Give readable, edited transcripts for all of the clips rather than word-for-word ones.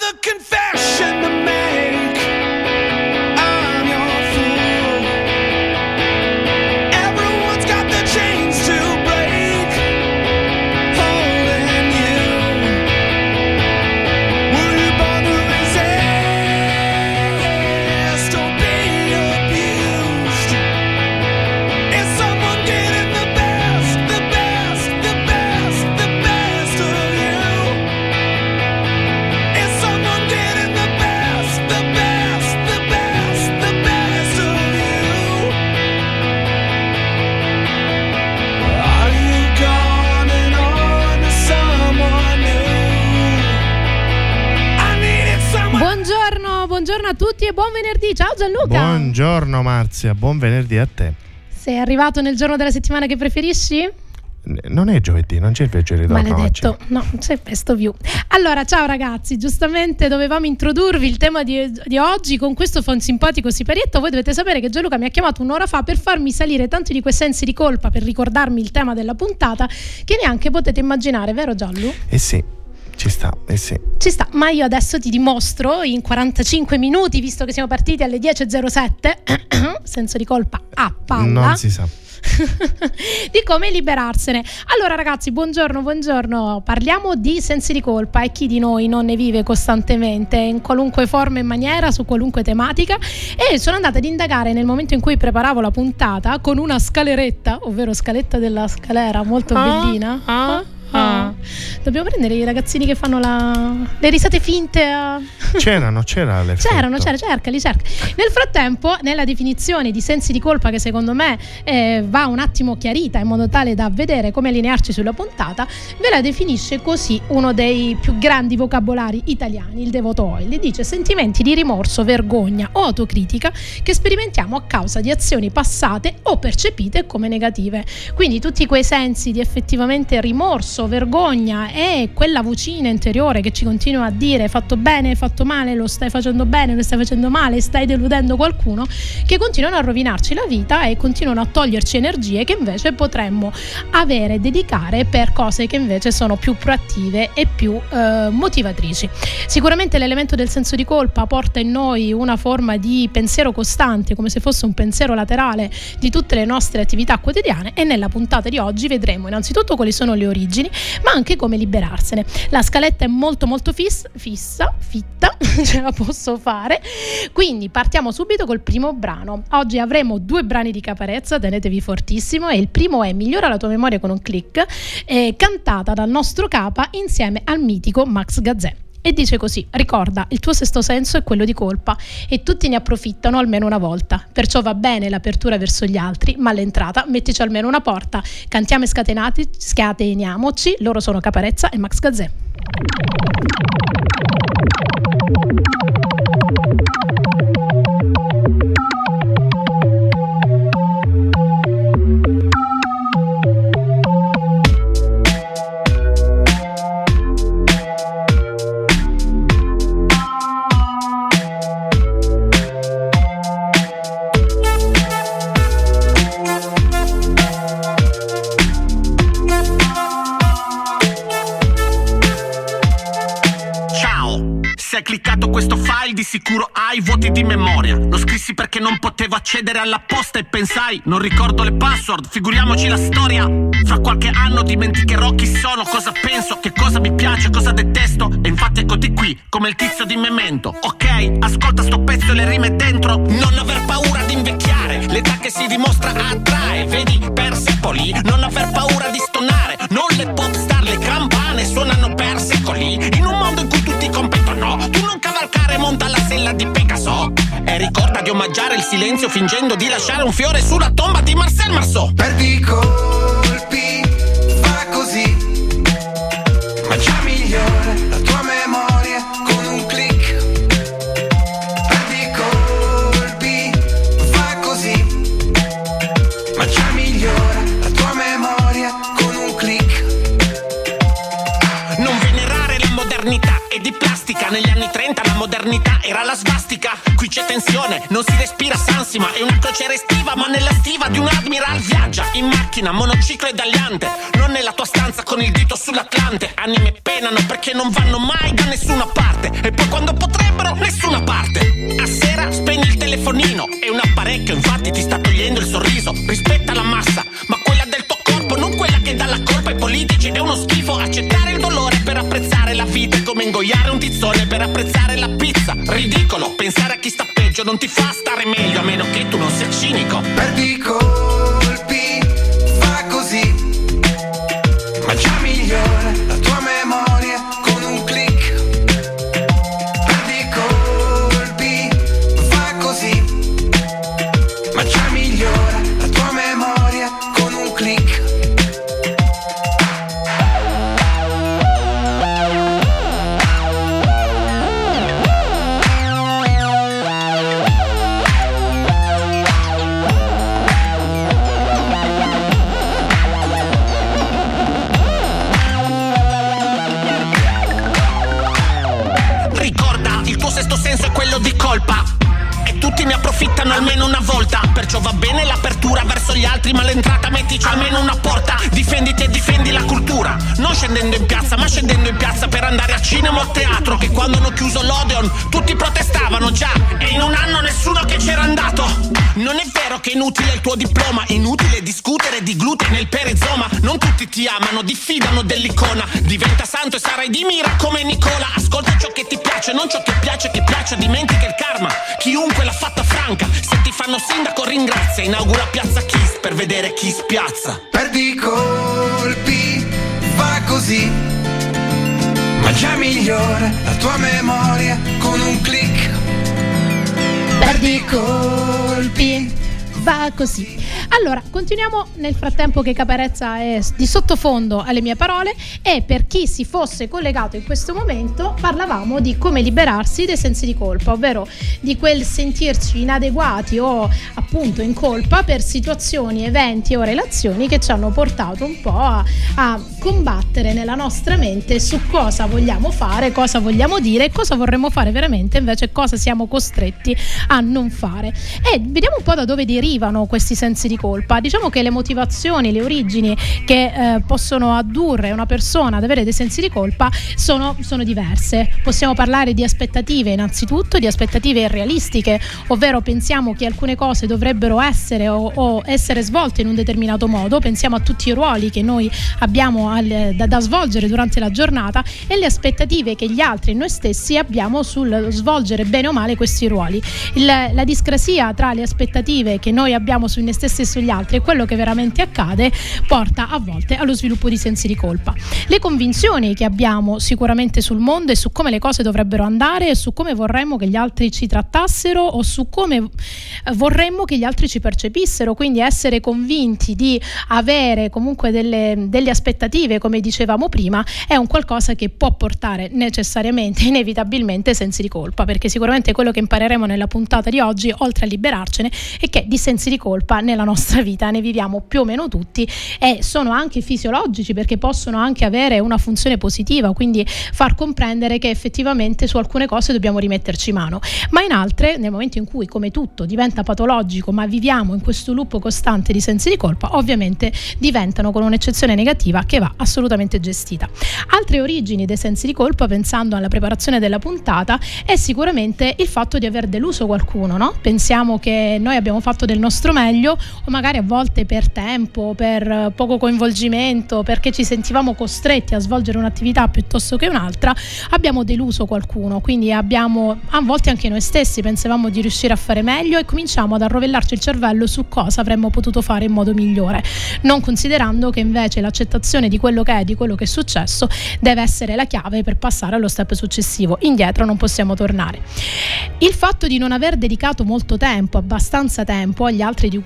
another confession to make. I'm your fool. Everyone's got the chains to break, holding you. Were you born to resist or be abused? Is someone getting the best, the best, the best, the best of you? Is someone getting the best, the best, the best, the best of you? Are you gone and on to someone new? I needed someone. Buongiorno a tutti e buon venerdì. Ciao Gianluca. Buongiorno Marzia, buon venerdì a te. Sei arrivato nel giorno della settimana che preferisci? Non è giovedì, non c'è il viaggio di ritorno Maledetto, oggi. no, c'è Presto View. Allora, ciao ragazzi, giustamente dovevamo introdurvi il tema di oggi con questo simpatico siparietto. Voi dovete sapere che Gianluca mi ha chiamato un'ora fa per farmi salire tanti di quei sensi di colpa, per ricordarmi il tema della puntata, che neanche potete immaginare, vero Gianlu? Sì, ci sta, sì. Ci sta, ma io adesso ti dimostro in 45 minuti, visto che siamo partiti alle 10.07, senso di colpa a palla. Non si sa. Di come liberarsene. Allora ragazzi, buongiorno. Parliamo di sensi di colpa e chi di noi non ne vive costantemente in qualunque forma e maniera, su qualunque tematica. E sono andata ad indagare nel momento in cui preparavo la puntata con una scaleretta, ovvero scaletta della scalera, molto bellina. Dobbiamo prendere i ragazzini che fanno le risate finte C'era l'effetto. cercali. Nel frattempo, nella definizione di sensi di colpa, che secondo me va un attimo chiarita in modo tale da vedere come allinearci sulla puntata, ve la definisce così uno dei più grandi vocabolari italiani, il Devoto Oil. Dice: sentimenti di rimorso, vergogna o autocritica che sperimentiamo a causa di azioni passate o percepite come negative. Quindi tutti quei sensi di effettivamente rimorso, vergogna e quella vocina interiore che ci continua a dire fatto bene, fatto male, lo stai facendo bene, lo stai facendo male, stai deludendo qualcuno, che continuano a rovinarci la vita e continuano a toglierci energie che invece potremmo avere e dedicare per cose che invece sono più proattive e più motivatrici. Sicuramente l'elemento del senso di colpa porta in noi una forma di pensiero costante, come se fosse un pensiero laterale di tutte le nostre attività quotidiane, e nella puntata di oggi vedremo innanzitutto quali sono le origini, ma anche come liberarsene. La scaletta è molto fitta, ce la posso fare, quindi partiamo subito col primo brano. Oggi avremo 2 brani di Caparezza, tenetevi fortissimo, e il primo è Migliora la tua memoria con un click, cantata dal nostro Capa insieme al mitico Max Gazzè. E dice così: ricorda, il tuo sesto senso è quello di colpa e tutti ne approfittano almeno una volta, perciò va bene l'apertura verso gli altri, ma all'entrata mettici almeno una porta. Cantiamo e scateniamoci. Loro sono Caparezza e Max Gazzè. Se hai cliccato questo file di sicuro hai vuoti di memoria. Lo scrissi perché non potevo accedere alla posta e pensai: non ricordo le password, figuriamoci la storia. Fra qualche anno dimenticherò chi sono, cosa penso, che cosa mi piace, cosa detesto. E infatti eccoti qui, come il tizio di Memento. Ok, ascolta sto pezzo e le rime dentro. Non aver paura di invecchiare, l'età che si dimostra attrae. Vedi Persepoli, non aver paura di stonare. Non le pop star, le campane suonano per secoli. In un mondo in cui tutti competono, tu non cavalcare, monta la sella di Pegaso. E ricorda di omaggiare il silenzio fingendo di lasciare un fiore sulla tomba di Marcel Marceau. Perdi i colpi, fa così, ma già migliore la tua memoria con un click. Perdi i colpi, fa così, ma già migliore la tua memoria con un click. Non venerare la modernità, e di plastica. Negli anni 30 la modernità era la svastica. Qui c'è tensione, non si respira sansima. È una crociera estiva, ma nella stiva di un Admiral viaggia in macchina, monociclo ed aliante. Non nella tua stanza con il dito sull'Atlante. Anime penano perché non vanno mai da nessuna parte. E poi quando potrebbero, nessuna parte. A sera spegni il telefonino. È un apparecchio, infatti ti sta togliendo il sorriso. Rispetta la massa, ma quella del tuo corpo, non quella che dà la colpa ai politici. È uno schifo accettare il dolore per apprezzare la vita. È come ingoiare un tizzone per apprezzare la pizza. Ridicolo, pensare a chi sta peggio non ti fa stare meglio, a meno che tu non sia cinico. Perdi i colpi, fa così, ma già migliora la tua memoria con un click. Perdi i colpi, fa così, ma già migliora la tua memoria con un click. Sesto senso è quello di colpa e tutti ne approfittano almeno una volta. Perciò va bene l'apertura verso gli altri, ma l'entrata mettici almeno una porta. Difenditi e difendi la cultura, non scendendo in piazza, ma scendendo in piazza per andare a cinema o a teatro. Che quando hanno chiuso l'Odeon tutti protestavano già, e in un anno nessuno che c'era andato. Non è vero che è inutile il tuo diploma, è inutile discutere di glutine e il perizoma. Non tutti ti amano, diffidano dell'icona. Diventa santo e sarai di mira come Nicola. Ascolta ciò che ti piace, non ciò che piaccia, dimentica il karma. Chiunque l'ha fatta franca, se ti fanno sindaco ringrazia. Inaugura Piazza Kiss per vedere chi spiazza. Perdi i colpi, fa così, ma già migliora la tua memoria con un click. Perdi i colpi, va così. Allora, continuiamo nel frattempo che Caparezza è di sottofondo alle mie parole, e per chi si fosse collegato in questo momento parlavamo di come liberarsi dai sensi di colpa, ovvero di quel sentirci inadeguati o appunto in colpa per situazioni, eventi o relazioni che ci hanno portato un po' a combattere nella nostra mente su cosa vogliamo fare, cosa vogliamo dire, cosa vorremmo fare veramente, invece cosa siamo costretti a non fare. E vediamo un po' da dove derivano questi sensi di colpa. Diciamo che le motivazioni, le origini che possono addurre una persona ad avere dei sensi di colpa sono diverse. Possiamo parlare di aspettative, innanzitutto di aspettative irrealistiche, ovvero pensiamo che alcune cose dovrebbero essere o essere svolte in un determinato modo, pensiamo a tutti i ruoli che noi abbiamo da svolgere durante la giornata e le aspettative che gli altri e noi stessi abbiamo sul svolgere bene o male questi ruoli. La discrasia tra le aspettative che noi abbiamo su noi stessi e sugli altri e quello che veramente accade porta a volte allo sviluppo di sensi di colpa. Le convinzioni che abbiamo sicuramente sul mondo e su come le cose dovrebbero andare e su come vorremmo che gli altri ci trattassero o su come vorremmo che gli altri ci percepissero, quindi essere convinti di avere comunque delle aspettative, come dicevamo prima, è un qualcosa che può portare necessariamente, inevitabilmente sensi di colpa, perché sicuramente quello che impareremo nella puntata di oggi, oltre a liberarcene, è che di sensi di colpa nella nostra vita ne viviamo più o meno tutti e sono anche fisiologici, perché possono anche avere una funzione positiva, quindi far comprendere che effettivamente su alcune cose dobbiamo rimetterci mano, ma in altre, nel momento in cui come tutto diventa patologico ma viviamo in questo loop costante di sensi di colpa, ovviamente diventano con un'eccezione negativa che va assolutamente gestita. Altre origini dei sensi di colpa, pensando alla preparazione della puntata, è sicuramente il fatto di aver deluso qualcuno, no? Pensiamo che noi abbiamo fatto del nostro meglio, o magari a volte per tempo, per poco coinvolgimento, perché ci sentivamo costretti a svolgere un'attività piuttosto che un'altra, abbiamo deluso qualcuno, quindi a volte anche noi stessi pensavamo di riuscire a fare meglio e cominciamo ad arrovellarci il cervello su cosa avremmo potuto fare in modo migliore, non considerando che invece l'accettazione di quello che è, di quello che è successo, deve essere la chiave per passare allo step successivo. Indietro non possiamo tornare. Il fatto di non aver dedicato molto tempo, abbastanza tempo agli altri di cui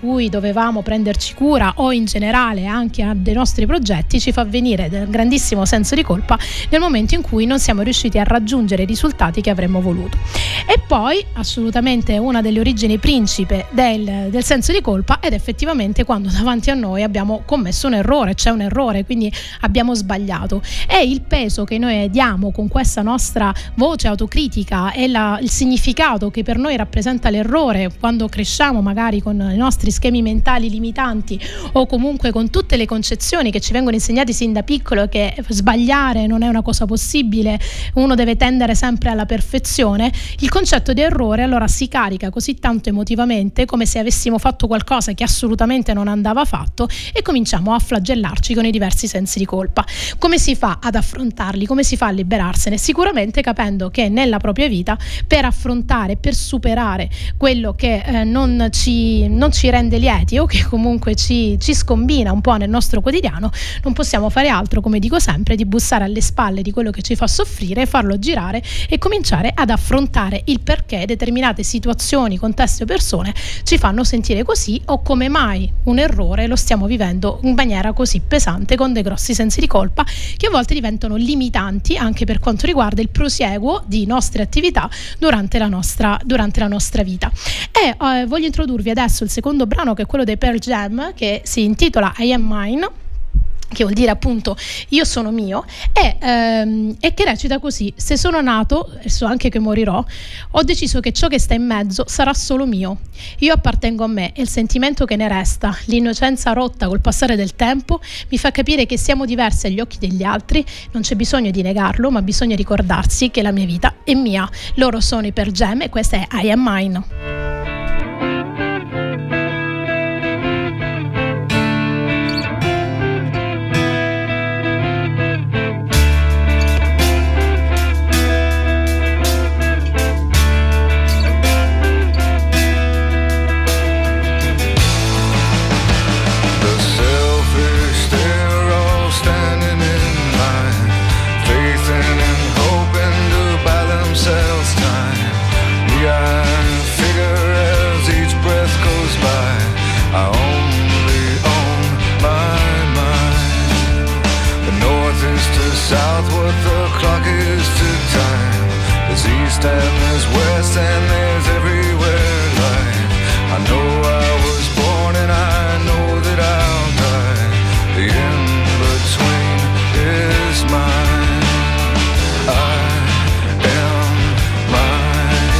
dovevamo prenderci cura o in generale anche dei nostri progetti, ci fa venire del grandissimo senso di colpa nel momento in cui non siamo riusciti a raggiungere i risultati che avremmo voluto. E poi assolutamente una delle origini principe del senso di colpa ed effettivamente quando davanti a noi abbiamo commesso un errore, c'è un errore, quindi abbiamo sbagliato, e il peso che noi diamo con questa nostra voce autocritica e il significato che per noi rappresenta l'errore quando cresciamo magari con i nostri schemi mentali limitanti o comunque con tutte le concezioni che ci vengono insegnate sin da piccolo, che sbagliare non è una cosa possibile, uno deve tendere sempre alla perfezione. Il concetto di errore allora si carica così tanto emotivamente, come se avessimo fatto qualcosa che assolutamente non andava fatto, e cominciamo a flagellarci con i diversi sensi di colpa. Come si fa ad affrontarli? Come si fa a liberarsene? Sicuramente capendo che nella propria vita, per affrontare, per superare quello che non ci rende lieti o che comunque ci scombina un po' nel nostro quotidiano, non possiamo fare altro, come dico sempre, di bussare alle spalle di quello che ci fa soffrire, farlo girare e cominciare ad affrontare il perché determinate situazioni, contesti o persone ci fanno sentire così, o come mai un errore lo stiamo vivendo in maniera così pesante, con dei grossi sensi di colpa che a volte diventano limitanti anche per quanto riguarda il prosieguo di nostre attività durante la nostra vita. E voglio introdurvi adesso il secondo brano, che è quello dei Pearl Jam, che si intitola I Am Mine, che vuol dire appunto io sono mio, e che recita così: se sono nato e so anche che morirò, ho deciso che ciò che sta in mezzo sarà solo mio, io appartengo a me, e il sentimento che ne resta, l'innocenza rotta col passare del tempo, mi fa capire che siamo diversi agli occhi degli altri, non c'è bisogno di negarlo, ma bisogna ricordarsi che la mia vita è mia. Loro sono i Pearl Jam e questa è I Am Mine. South, what the clock is to time. There's east and there's west and there's everywhere light. I know I was born and I know that I'll die. The in-between is mine. I am mine.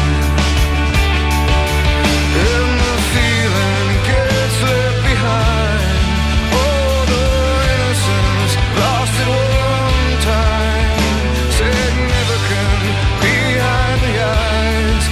And the feeling gets left behind. Oh, the innocence lost it all. Said never can behind the eyes.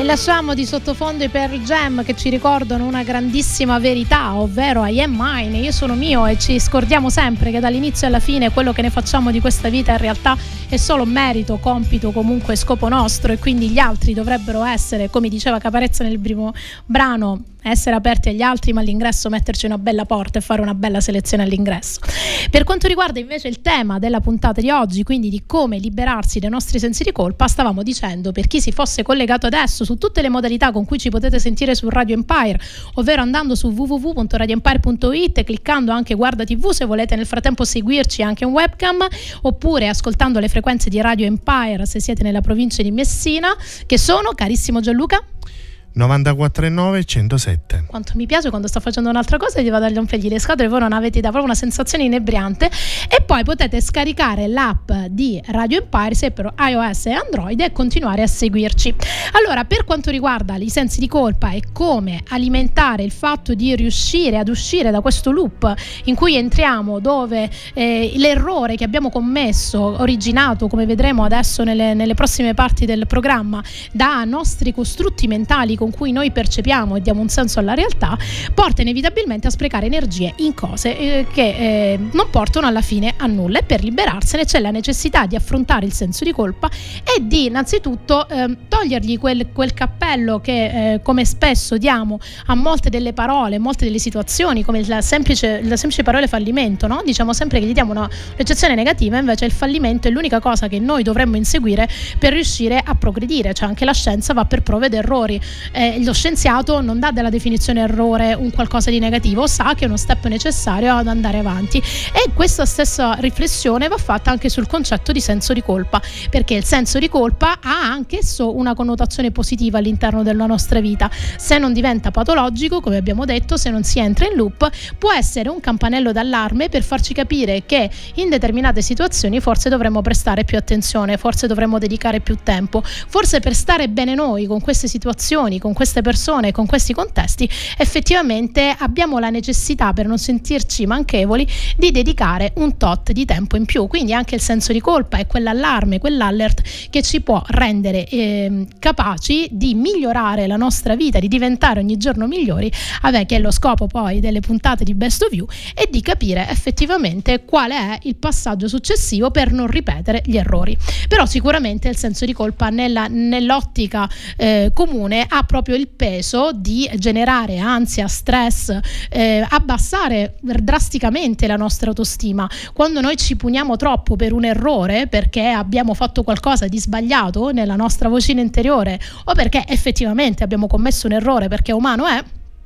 lasciamo di sottofondo i Pearl Jam, che ci ricordano una grandissima verità, ovvero I am mine, io sono mio, e ci scordiamo sempre che dall'inizio alla fine quello che ne facciamo di questa vita in realtà è solo merito, compito, comunque scopo nostro, e quindi gli altri dovrebbero essere, come diceva Caparezza nel primo brano, essere aperti agli altri, ma all'ingresso metterci una bella porta e fare una bella selezione all'ingresso. Per quanto riguarda invece il tema della puntata di oggi, quindi di come liberarsi dai nostri sensi di colpa, stavamo dicendo, per chi si fosse collegato adesso, su tutte le modalità con cui ci potete sentire su Radio Empire, ovvero andando su www.radioempire.it e cliccando anche Guarda TV se volete nel frattempo seguirci anche in webcam, oppure ascoltando le frequenze di Radio Empire se siete nella provincia di Messina, che sono, carissimo Gianluca, 94,9 107. Quanto mi piace quando sto facendo un'altra cosa e gli vado a rompere le scatole, voi non avete da proprio una sensazione inebriante. E poi potete scaricare l'app di Radio Empire se per iOS e Android e continuare a seguirci. Allora, per quanto riguarda i sensi di colpa e come alimentare il fatto di riuscire ad uscire da questo loop in cui entriamo, dove l'errore che abbiamo commesso, originato, come vedremo adesso nelle prossime parti del programma, da nostri costrutti mentali con cui noi percepiamo e diamo un senso alla realtà, porta inevitabilmente a sprecare energie in cose che non portano alla fine a nulla. E per liberarsene c'è la necessità di affrontare il senso di colpa e di innanzitutto togliergli quel cappello che come spesso diamo a molte delle parole, molte delle situazioni, come la semplice parola fallimento, no? Diciamo sempre che gli diamo un'eccezione negativa, invece il fallimento è l'unica cosa che noi dovremmo inseguire per riuscire a progredire. Cioè anche la scienza va per prove ed errori. Lo scienziato non dà della definizione errore un qualcosa di negativo, sa che è uno step necessario ad andare avanti, e questa stessa riflessione va fatta anche sul concetto di senso di colpa, perché il senso di colpa ha anch'esso una connotazione positiva all'interno della nostra vita. Se non diventa patologico, come abbiamo detto, se non si entra in loop, può essere un campanello d'allarme per farci capire che in determinate situazioni forse dovremmo prestare più attenzione, forse dovremmo dedicare più tempo, forse per stare bene noi con queste situazioni, con queste persone, con questi contesti, effettivamente abbiamo la necessità, per non sentirci manchevoli, di dedicare un tot di tempo in più. Quindi anche il senso di colpa è quell'allarme, quell'alert che ci può rendere capaci di migliorare la nostra vita, di diventare ogni giorno migliori, che è lo scopo poi delle puntate di Best of You, e di capire effettivamente qual è il passaggio successivo per non ripetere gli errori. Però sicuramente il senso di colpa nell'ottica comune ha proprio il peso di generare ansia, stress, abbassare drasticamente la nostra autostima. Quando noi ci puniamo troppo per un errore, perché abbiamo fatto qualcosa di sbagliato nella nostra vocina interiore, o perché effettivamente abbiamo commesso un errore, perché umano è,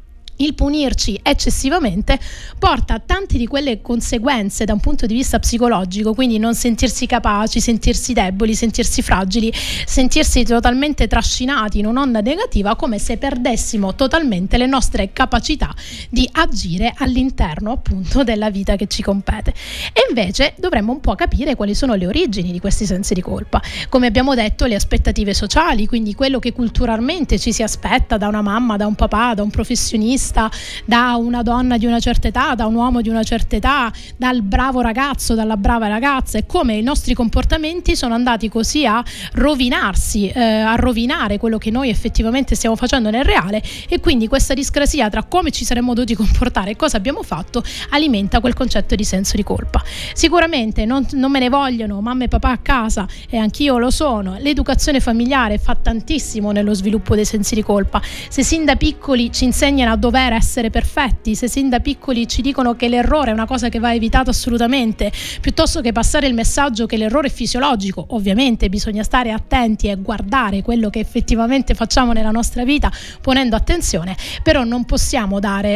il punirci eccessivamente porta a tante di quelle conseguenze da un punto di vista psicologico, quindi non sentirsi capaci, sentirsi deboli, sentirsi fragili, sentirsi totalmente trascinati in un'onda negativa, come se perdessimo totalmente le nostre capacità di agire all'interno appunto della vita che ci compete. E invece dovremmo un po' capire quali sono le origini di questi sensi di colpa. Come abbiamo detto, le aspettative sociali, quindi quello che culturalmente ci si aspetta da una mamma, da un papà, da un professionista, da una donna di una certa età, da un uomo di una certa età, dal bravo ragazzo, dalla brava ragazza, e come i nostri comportamenti sono andati così a rovinarsi, a rovinare quello che noi effettivamente stiamo facendo nel reale, e quindi questa discrasia tra come ci saremmo dovuti comportare e cosa abbiamo fatto alimenta quel concetto di senso di colpa. Sicuramente non me ne vogliono mamma e papà a casa, e anch'io lo sono, l'educazione familiare fa tantissimo nello sviluppo dei sensi di colpa. Se sin da piccoli ci insegnano a dover essere perfetti, se sin da piccoli ci dicono che l'errore è una cosa che va evitato assolutamente, piuttosto che passare il messaggio che l'errore è fisiologico, ovviamente bisogna stare attenti e guardare quello che effettivamente facciamo nella nostra vita ponendo attenzione, però non possiamo dare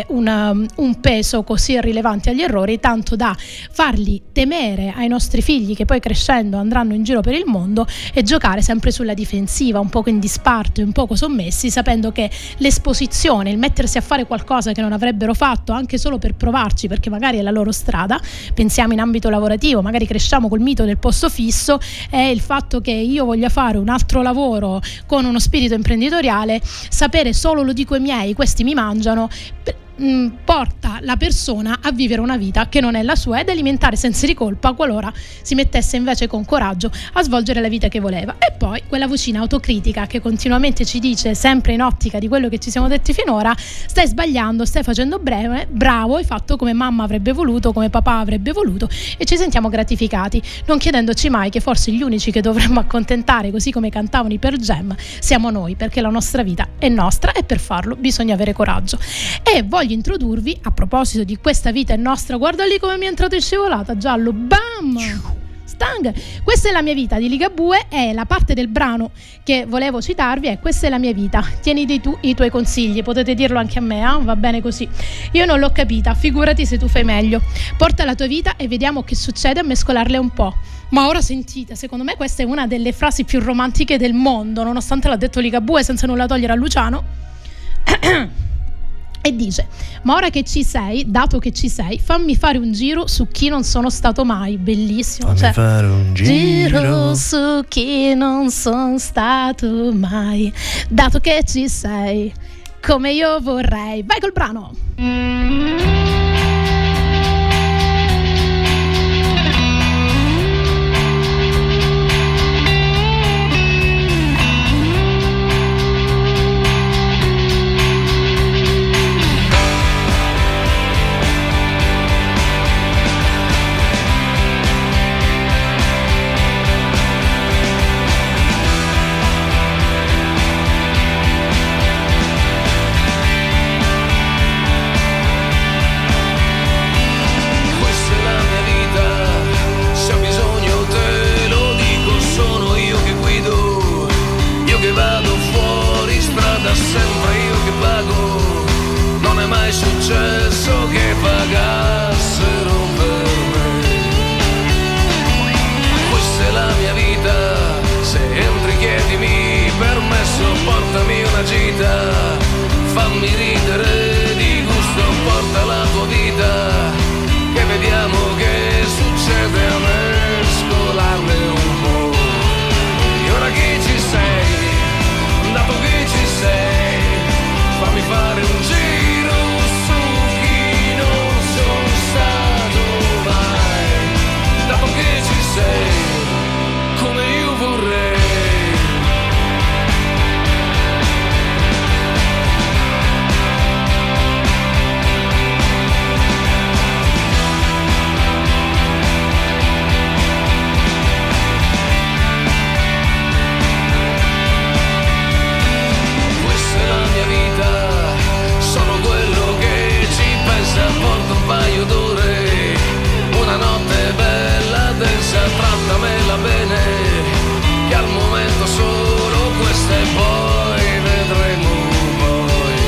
un peso così rilevante agli errori, tanto da farli temere ai nostri figli, che poi crescendo andranno in giro per il mondo, e giocare sempre sulla difensiva, un poco in disparte, un poco sommessi, sapendo che l'esposizione, il mettersi a fare qualcosa che non avrebbero fatto anche solo per provarci, perché magari è la loro strada. Pensiamo in ambito lavorativo, magari cresciamo col mito del posto fisso, e il fatto che io voglia fare un altro lavoro con uno spirito imprenditoriale, sapere solo lo dico ai miei, questi mi mangiano, porta la persona a vivere una vita che non è la sua ed alimentare sensi di colpa qualora si mettesse invece con coraggio a svolgere la vita che voleva. E poi quella vocina autocritica che continuamente ci dice, sempre in ottica di quello che ci siamo detti finora: stai sbagliando, stai facendo bravo, hai fatto come mamma avrebbe voluto, come papà avrebbe voluto, e ci sentiamo gratificati, non chiedendoci mai che forse gli unici che dovremmo accontentare, così come cantavano i Pearl Jam, siamo noi, perché la nostra vita è nostra e per farlo bisogna avere coraggio. E voglio introdurvi, a proposito di questa vita è nostra, guarda lì come mi è entrato in scivolata, giallo, bam! Stang. Questa è la mia vita di Ligabue, e la parte del brano che volevo citarvi è: questa è la mia vita, tieni i tuoi consigli. Potete dirlo anche a me, va bene così. Io non l'ho capita, figurati se tu fai meglio. Porta la tua vita e vediamo che succede a mescolarle un po'. Ma ora sentite, secondo me questa è una delle frasi più romantiche del mondo, nonostante l'ha detto Ligabue, senza nulla togliere a Luciano. E dice: ma ora che ci sei, dato che ci sei, fammi fare un giro su chi non sono stato mai. Bellissimo. Fammi fare un giro su chi non sono stato mai, dato che ci sei, come io vorrei. Vai col brano. Sempre io che pago, non è mai successo che pagassero per me. Questa è la mia vita, se entri chiedimi permesso, portami una gita, fammi ridere di gusto, porta la tua vita, che vediamo che succede a me, scolarle un po'. E ora che ci sei, dato che ci sei, fammi fare un giro su chi non sono stato mai, dato che ci sei, come io vorrei. Porta un paio d'ore, una notte bella, densa, trattamela bene, che al momento solo questa e poi vedremo poi.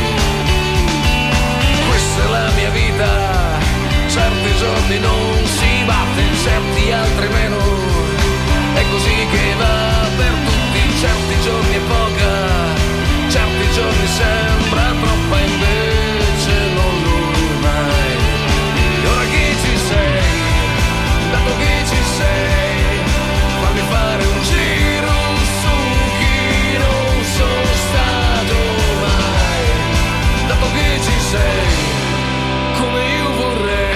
Questa è la mia vita, certi giorni non si batte, certi altri meno, è così che va per tutti, certi giorni è poca, certi giorni sembra troppa, invece non lo mai. E ora che ci sei, dato che ci sei, fammi fare un giro su chi non sono stato mai, dato che ci sei, come io vorrei.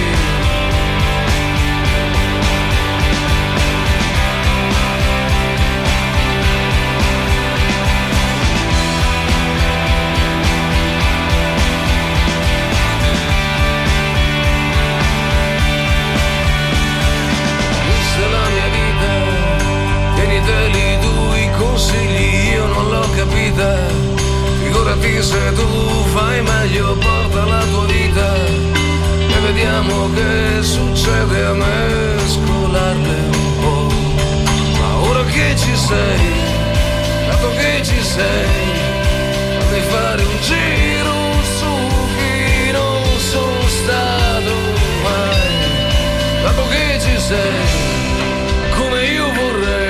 Lì tu i consigli, io non l'ho capita, figurati se tu fai meglio, porta la tua vita e vediamo che succede a me, scolarle un po'. Ma ora che ci sei, dato che ci sei, fammi fare un giro su chi non sono stato mai, dato che ci sei, come io vorrei.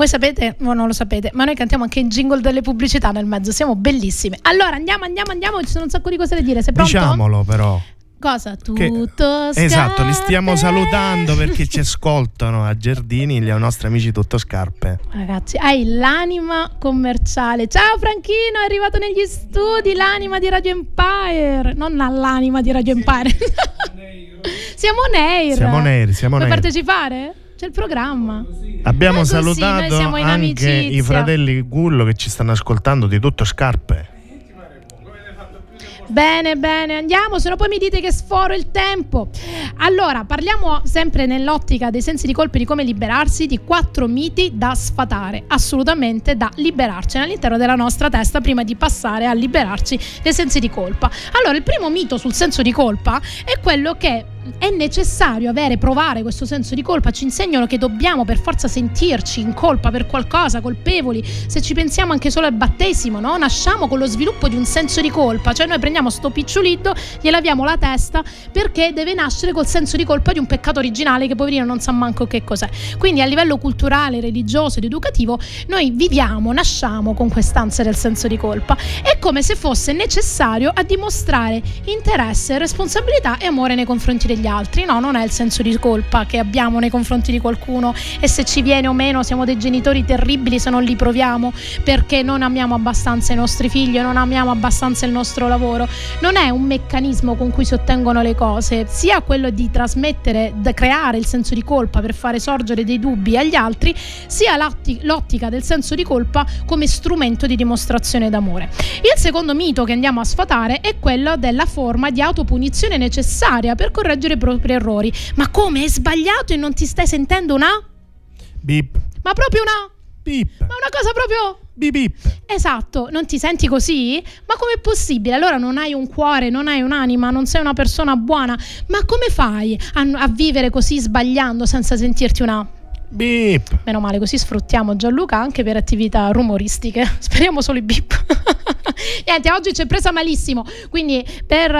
Voi sapete, no, non lo sapete, ma noi cantiamo anche il jingle delle pubblicità nel mezzo, siamo bellissime. Allora andiamo, ci sono un sacco di cose da dire. Sei pronto? Diciamolo però. Cosa? Tutto scarpe. Esatto, li stiamo salutando perché ci ascoltano a Giardini, i nostri amici Tutto Scarpe. Ragazzi, hai l'anima commerciale. Ciao Franchino, è arrivato negli studi l'anima di Radio Empire. Non l'anima di Radio Empire. Siamo Nair. Vuoi partecipare? C'è il programma. Abbiamo così, salutato siamo in anche amicizia. i fratelli Gullo che ci stanno ascoltando di Tutto Scarpe. Bene, andiamo, se no poi mi dite che sforo il tempo. Allora, parliamo sempre nell'ottica dei sensi di colpa e di come liberarsi di 4 miti da sfatare, assolutamente da liberarcene all'interno della nostra testa prima di passare a liberarci dei sensi di colpa. Allora, il primo mito sul senso di colpa è quello che è necessario provare questo senso di colpa. Ci insegnano che dobbiamo per forza sentirci in colpa per qualcosa, colpevoli. Se ci pensiamo anche solo al battesimo, no? Nasciamo con lo sviluppo di un senso di colpa, cioè noi prendiamo sto picciolito, gli laviamo la testa perché deve nascere col senso di colpa di un peccato originale che poverino non sa manco che cos'è. Quindi a livello culturale, religioso ed educativo noi nasciamo con quest'ansia del senso di colpa. È come se fosse necessario a dimostrare interesse, responsabilità e amore nei confronti degli altri. No, non è il senso di colpa che abbiamo nei confronti di qualcuno e se ci viene o meno siamo dei genitori terribili se non li proviamo perché non amiamo abbastanza i nostri figli, non amiamo abbastanza il nostro lavoro. Non è un meccanismo con cui si ottengono le cose, sia quello di trasmettere, da creare il senso di colpa per fare sorgere dei dubbi agli altri, sia l'ottica del senso di colpa come strumento di dimostrazione d'amore. Il secondo mito che andiamo a sfatare è quello della forma di autopunizione necessaria per correggere i propri errori. Ma come? È sbagliato e non ti stai sentendo una? Bip. Ma proprio una? Bip. Ma una cosa proprio? Bip bip. Esatto, non ti senti così? Ma com'è possibile? Allora non hai un cuore, non hai un'anima, non sei una persona buona. Ma come fai a vivere così sbagliando senza sentirti una? Bip. Meno male, così sfruttiamo Gianluca anche per attività rumoristiche. Speriamo solo i bip. Niente, oggi c'è presa malissimo. Quindi per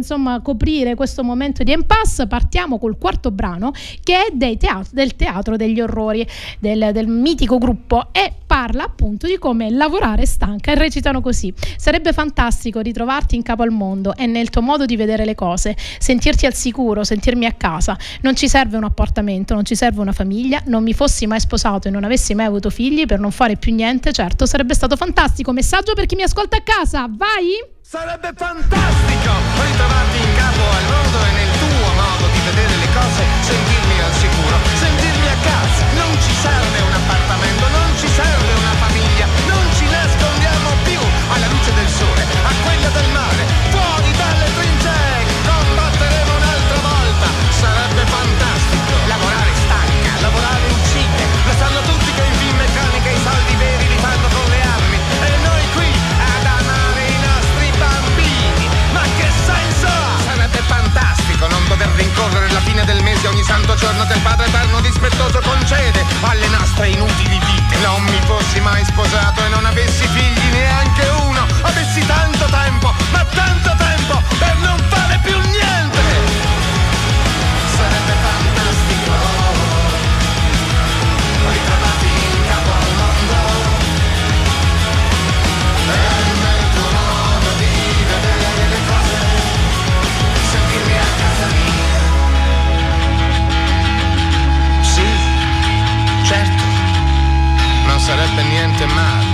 coprire questo momento di impasse partiamo col quarto brano, che è del teatro degli orrori del mitico gruppo, e parla appunto di come lavorare stanca, e recitano così: sarebbe fantastico ritrovarti in capo al mondo e nel tuo modo di vedere le cose, sentirti al sicuro, sentirmi a casa. Non ci serve un appartamento, non ci serve una famiglia, non mi fossi mai sposato e non avessi mai avuto figli per non fare più niente, certo sarebbe stato fantastico. Messaggio per chi mi ascolta a casa, vai! Sarebbe fantastico ritrovarti in capo al mondo e nel tuo modo di vedere le cose, sentirmi al sicuro, sentirmi a casa. Non ci serve un appartamento, non ci serve una famiglia, non ci nascondiamo più alla luce del sole, a quella del mare, fuori dalle trincee, combatteremo un'altra volta. Sarebbe fantastico lavorare stanca, lavorare uccide, lo sanno tutti che in film meccanica i soldi veri li fanno con le armi e noi qui ad amare i nostri bambini. Ma che senso ha? Sarebbe fantastico non dover rincorrere la fine del mese ogni santo giorno che il Padre Eterno dispettoso concede alle nostre inutili vite. Non mi fossi mai sposato e non avessi figli, neanche uno, avessi tanto tempo, ma tanto tempo per non fare più niente. Sarebbe fantastico ritrovarti in capo al mondo e nel tuo modo di vedere le cose, sentirmi a casa mia. Sì, certo, non sarebbe niente male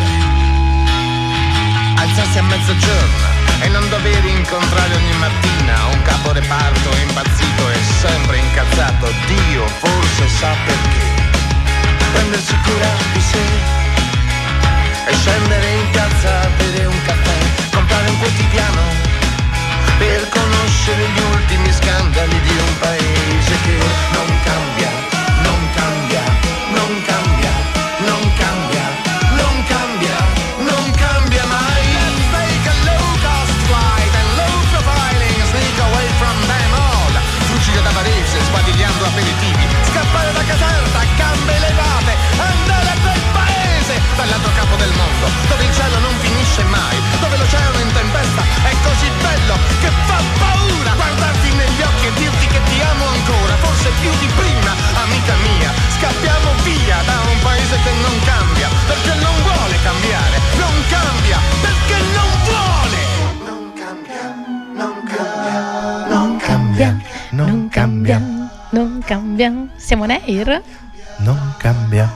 alzarsi a mezzogiorno e non dover incontrare ogni mattina un capo reparto impazzito e sempre incazzato. Dio forse sa perché. Prendersi cura di sé e scendere in piazza a bere un caffè, comprare un quotidiano per conoscere gli ultimi scandali di un paese che non cambia, non cambia, non cambia, non cambia, non cambia, non cambia mai. Let's take a low cost flight and low profiling, sneak away from them all. Fuggire da Varese sbadigliando aperitivi, scappare da Caserta, gambe levate, andare a quel paese dall'altro capo del mondo, dove il cielo non finisce cambia. Siamo Nair. Non cambia.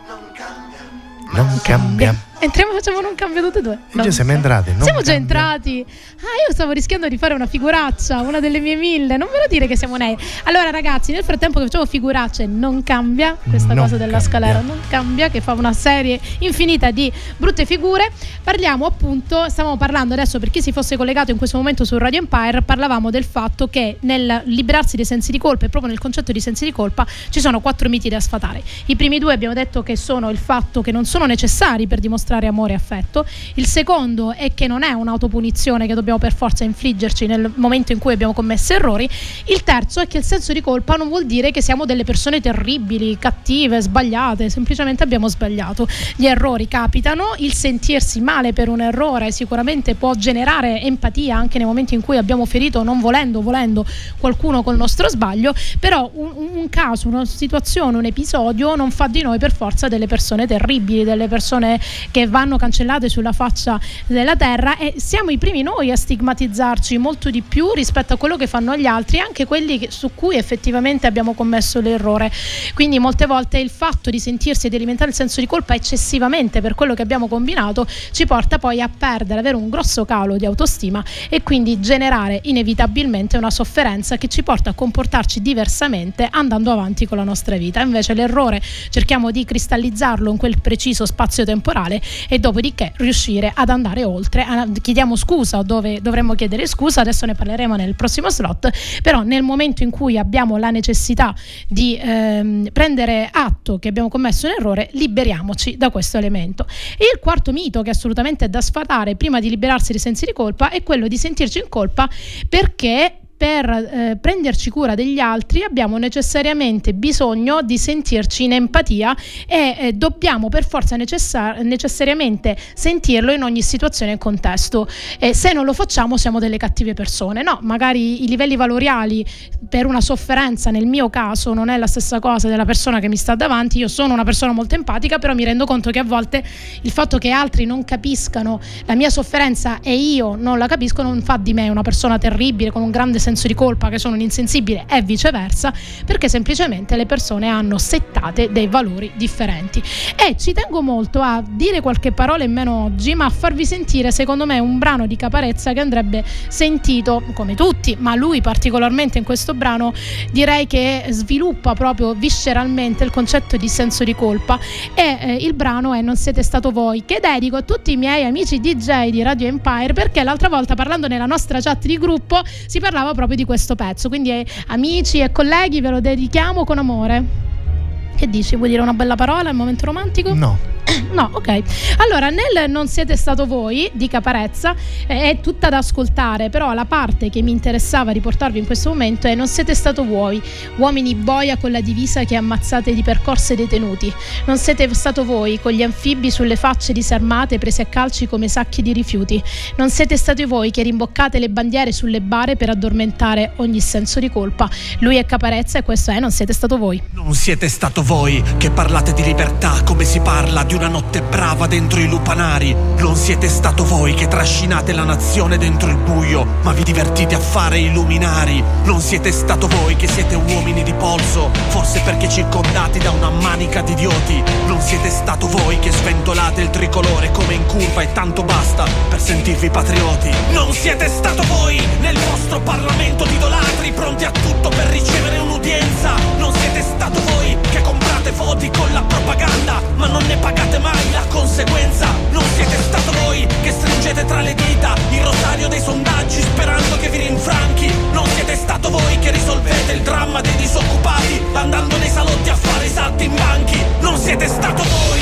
Non cambia. Entriamo, facciamo un cambio tutte e due. Già siamo entrati. Siamo già entrati. Io stavo rischiando di fare una figuraccia, una delle mie 1000. Non ve lo dire che siamo Nair. Allora ragazzi, nel frattempo che facevo figuracce, non cambia questa cosa della scalera, non cambia, che fa una serie infinita di brutte figure. Parliamo appunto, stavamo parlando adesso, per chi si fosse collegato in questo momento su Radio Empire, parlavamo del fatto che nel liberarsi dei sensi di colpa e proprio nel concetto di sensi di colpa ci sono 4 miti da sfatare. I primi 2 abbiamo detto che sono il fatto che non sono necessari per dimostrare amore e affetto. Il secondo è che non è un'autopunizione che dobbiamo per forza infliggerci nel momento in cui abbiamo commesso errori. Il terzo è che il senso di colpa non vuol dire che siamo delle persone terribili, cattive, sbagliate, semplicemente abbiamo sbagliato. Gli errori capitano, il sentirsi male per un errore sicuramente può generare empatia anche nei momenti in cui abbiamo ferito, non volendo qualcuno col nostro sbaglio, però un caso, una situazione, un episodio non fa di noi per forza delle persone terribili, delle persone che vanno cancellate sulla faccia della terra, e siamo i primi noi a stigmatizzarci molto di più rispetto a quello che fanno gli altri, anche quelli su cui effettivamente abbiamo commesso l'errore. Quindi molte volte il fatto di sentirsi e di alimentare il senso di colpa eccessivamente per quello che abbiamo combinato ci porta poi a perdere, avere un grosso calo di autostima e quindi generare inevitabilmente una sofferenza che ci porta a comportarci diversamente andando avanti con la nostra vita. Invece l'errore cerchiamo di cristallizzarlo in quel preciso spazio temporale e dopodiché riuscire ad andare oltre. Chiediamo scusa dove dovremmo chiedere scusa, adesso ne parleremo nel prossimo slot, però nel momento in cui abbiamo la necessità di prendere atto che abbiamo commesso un errore, liberiamoci da questo elemento. E il quarto mito che assolutamente è da sfatare prima di liberarsi dei sensi di colpa è quello di sentirci in colpa perché per prenderci cura degli altri abbiamo necessariamente bisogno di sentirci in empatia e dobbiamo per forza necessariamente sentirlo in ogni situazione e contesto. Se non lo facciamo siamo delle cattive persone. No, magari i livelli valoriali per una sofferenza nel mio caso non è la stessa cosa della persona che mi sta davanti. Io sono una persona molto empatica, però mi rendo conto che a volte il fatto che altri non capiscano la mia sofferenza e io non la capisco non fa di me una persona terribile con un grande senso di colpa, che sono un insensibile, e viceversa, perché semplicemente le persone hanno settate dei valori differenti. E ci tengo molto a dire qualche parola in meno oggi, ma a farvi sentire secondo me un brano di Caparezza che andrebbe sentito come tutti, ma lui particolarmente in questo brano direi che sviluppa proprio visceralmente il concetto di senso di colpa, e il brano è Non siete stato voi, che dedico a tutti i miei amici DJ di Radio Empire, perché l'altra volta parlando nella nostra chat di gruppo si parlava proprio di questo pezzo, quindi amici e colleghi ve lo dedichiamo con amore. Che dici? Vuoi dire una bella parola al momento romantico? No. No, ok. Allora, nel Non siete stato voi di Caparezza è tutta da ascoltare, però la parte che mi interessava riportarvi in questo momento è: non siete stato voi, uomini boia con la divisa che ammazzate di percorse detenuti. Non siete stato voi, con gli anfibi sulle facce disarmate presi a calci come sacchi di rifiuti. Non siete stati voi che rimboccate le bandiere sulle bare per addormentare ogni senso di colpa. Lui è Caparezza e questo è Non siete stato voi. Non siete stato voi che parlate di libertà come si parla di una notte brava dentro i lupanari. Non siete stato voi che trascinate la nazione dentro il buio ma vi divertite a fare i luminari. Non siete stato voi che siete uomini di polso, forse perché circondati da una manica di idioti. Non siete stato voi che sventolate il tricolore come in curva e tanto basta per sentirvi patrioti. Non siete stato voi nel vostro Parlamento di idolatri pronti a tutto per ricevere un'udienza. Non siete stato voi che comprate voti con la propaganda ma non ne pagate mai la conseguenza. Non siete stato voi che stringete tra le dita il rosario dei sondaggi sperando che vi rinfranchi. Non siete stato voi che risolvete il dramma dei disoccupati andando nei salotti a fare i salti in banchi. Non siete stato voi.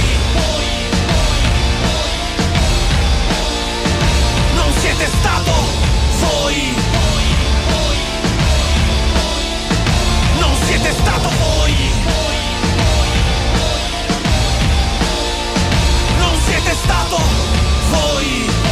Non siete stato voi. Non siete stato voi. Non siete stato voi.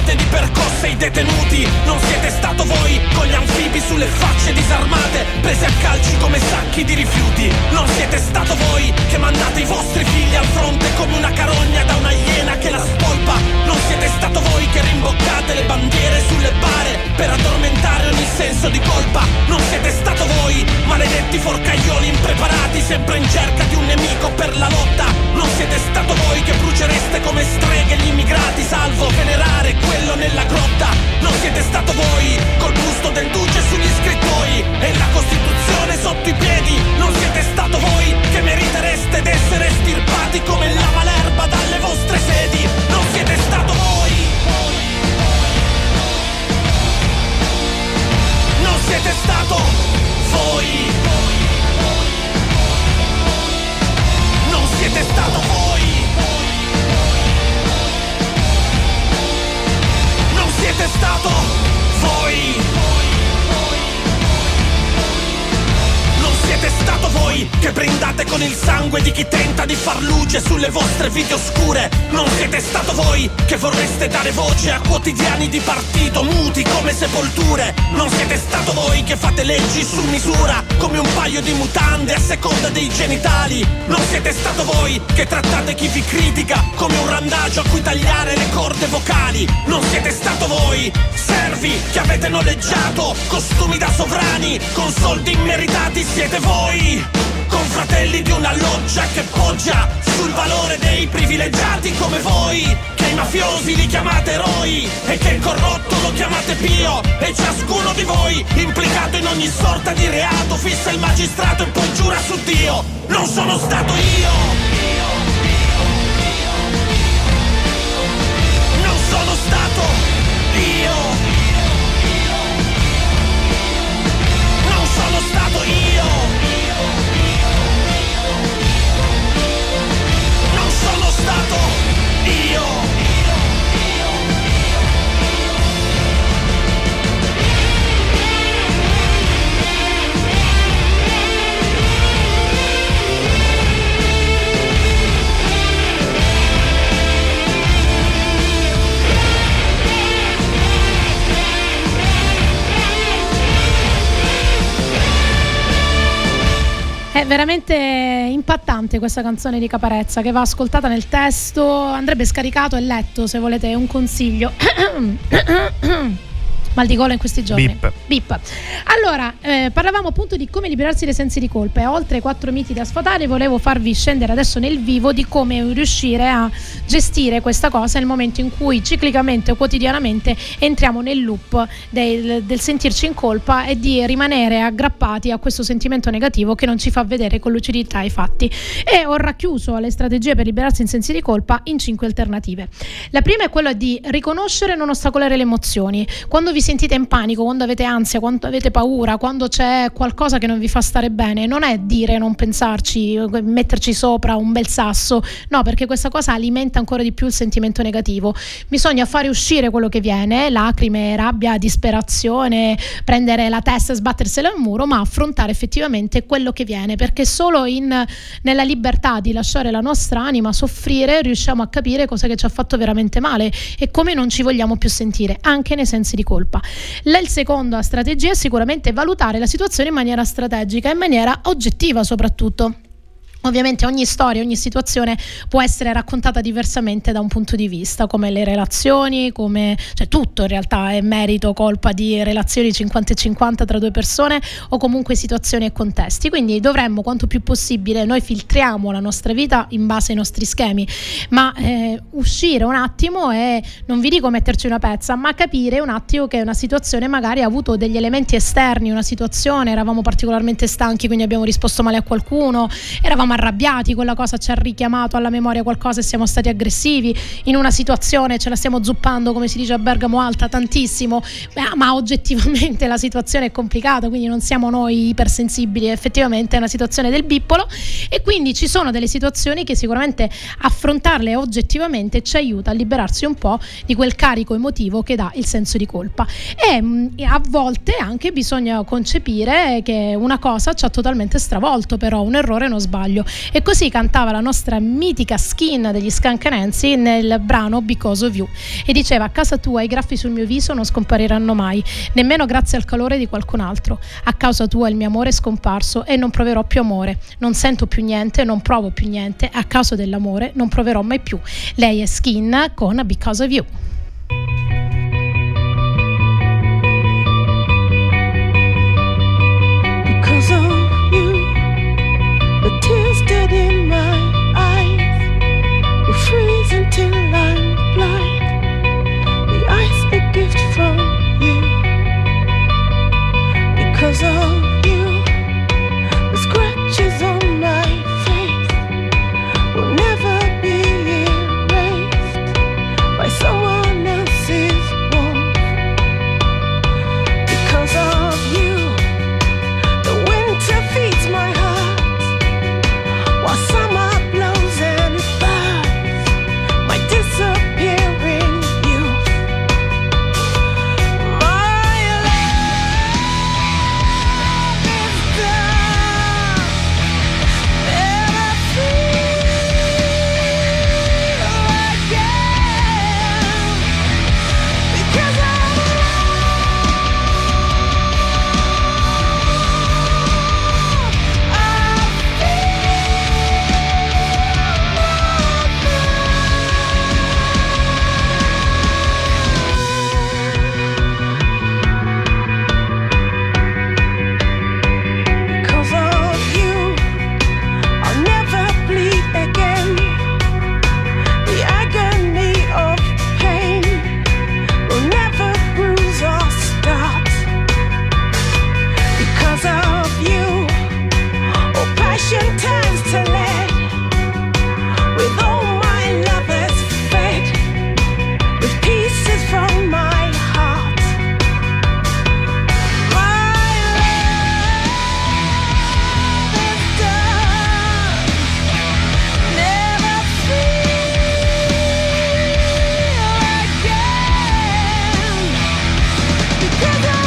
fate di percosse i detenuti. Non siete stato voi con gli anfibi sulle facce disarmate, presi a calci come sacchi di rifiuti. Non siete stato voi che mandate i vostri figli al fronte come una carogna da una iena che la spolpa. Non siete stato voi che rimboccate le bandiere sulle bare per addormentare ogni senso di colpa. Non siete stato voi, maledetti forcaioli impreparati, sempre in cerca di un nemico per la lotta. Non siete stato voi che brucereste come streghe gli immigrati, salvo venerare quello nella grotta. Non siete stato voi col busto del duce sugli scrittoi e la Costituzione sotto i piedi. Non siete stato voi che meritereste d'essere estirpati come la malerba dalle vostre sedi. Non siete stato voi. Non siete stato voi. Non siete stato voi. Non siete stato voi. Non siete stato voi che brindate con il sangue di chi tenta di far luce sulle vostre vite oscure. Non siete stato voi che vorreste dare voce a quotidiani di partito muti come sepolture. Non siete stato voi che fate leggi su misura come un paio di mutande a seconda dei genitali. Non siete stato voi che trattate chi vi critica come un randagio a cui tagliare le corde vocali. Non siete stato voi, servi che avete noleggiato costumi da sovrani con soldi immeritati. Siete voi, confratelli di una loggia che poggia sul valore dei privilegiati come voi, che i mafiosi li chiamate eroi e che il corrotto lo chiamate pio. E ciascuno di voi, implicato in ogni sorta di reato, fissa il magistrato e poi giura su Dio. Non sono stato io. Non sono stato io. Non sono stato io. Non sono stato io. È veramente impattante questa canzone di Caparezza, che va ascoltata nel testo, andrebbe scaricato e letto se volete un consiglio. Mal di gola in questi giorni. Bip. Allora, parlavamo appunto di come liberarsi dai sensi di colpa, e oltre ai 4 miti da sfatare volevo farvi scendere adesso nel vivo di come riuscire a gestire questa cosa nel momento in cui ciclicamente o quotidianamente entriamo nel loop del sentirci in colpa e di rimanere aggrappati a questo sentimento negativo che non ci fa vedere con lucidità i fatti. E ho racchiuso le strategie per liberarsi in sensi di colpa in 5 alternative. La prima è quella di riconoscere e non ostacolare le emozioni. Quando vi sentite in panico, quando avete ansia, quando avete paura, quando c'è qualcosa che non vi fa stare bene, non è dire non pensarci, metterci sopra un bel sasso, no, perché questa cosa alimenta ancora di più il sentimento negativo. Bisogna fare uscire quello che viene, lacrime, rabbia, disperazione, prendere la testa e sbattersela al muro, ma affrontare effettivamente quello che viene, perché solo nella libertà di lasciare la nostra anima soffrire riusciamo a capire cosa che ci ha fatto veramente male e come non ci vogliamo più sentire, anche nei sensi di colpa. La seconda strategia è sicuramente valutare la situazione in maniera strategica, in maniera oggettiva soprattutto. Ovviamente ogni storia, ogni situazione può essere raccontata diversamente da un punto di vista, come le relazioni, cioè tutto in realtà è merito, colpa di relazioni 50-50 tra due persone o comunque situazioni e contesti. Quindi dovremmo quanto più possibile, noi filtriamo la nostra vita in base ai nostri schemi, ma uscire un attimo e non vi dico metterci una pezza, ma capire un attimo che una situazione magari ha avuto degli elementi esterni, una situazione, eravamo particolarmente stanchi quindi abbiamo risposto male a qualcuno, eravamo arrabbiati, quella cosa ci ha richiamato alla memoria qualcosa e siamo stati aggressivi, in una situazione ce la stiamo zuppando, come si dice a Bergamo Alta, tantissimo, ma oggettivamente la situazione è complicata, quindi non siamo noi ipersensibili, effettivamente è una situazione del bippolo, e quindi ci sono delle situazioni che sicuramente affrontarle oggettivamente ci aiuta a liberarsi un po' di quel carico emotivo che dà il senso di colpa. E a volte anche bisogna concepire che una cosa ci ha totalmente stravolto, però un errore, uno sbaglio meglio. E così cantava la nostra mitica Skin degli Skunk Anansi nel brano Because of You, e diceva: a casa tua i graffi sul mio viso non scompariranno mai, nemmeno grazie al calore di qualcun altro. A causa tua il mio amore è scomparso e non proverò più amore, non sento più niente, non provo più niente, a causa dell'amore non proverò mai più. Lei è Skin con Because of You. Because of you, the tears dead in my eyes will freeze until I'm blind. The ice a gift from you. Because of you, the scratches on my face will never be erased by someone else's warmth. Because of you, the winter feeds my heart while summer blows and burns my disappearing youth. My love is done. Never feel again because I because of you, I'll never bleed again. The agony of pain will never bruise or start. Because of you, all passion turns to lead. With all my lovers fed, with pieces from my heart. My love is done. Never feel again because of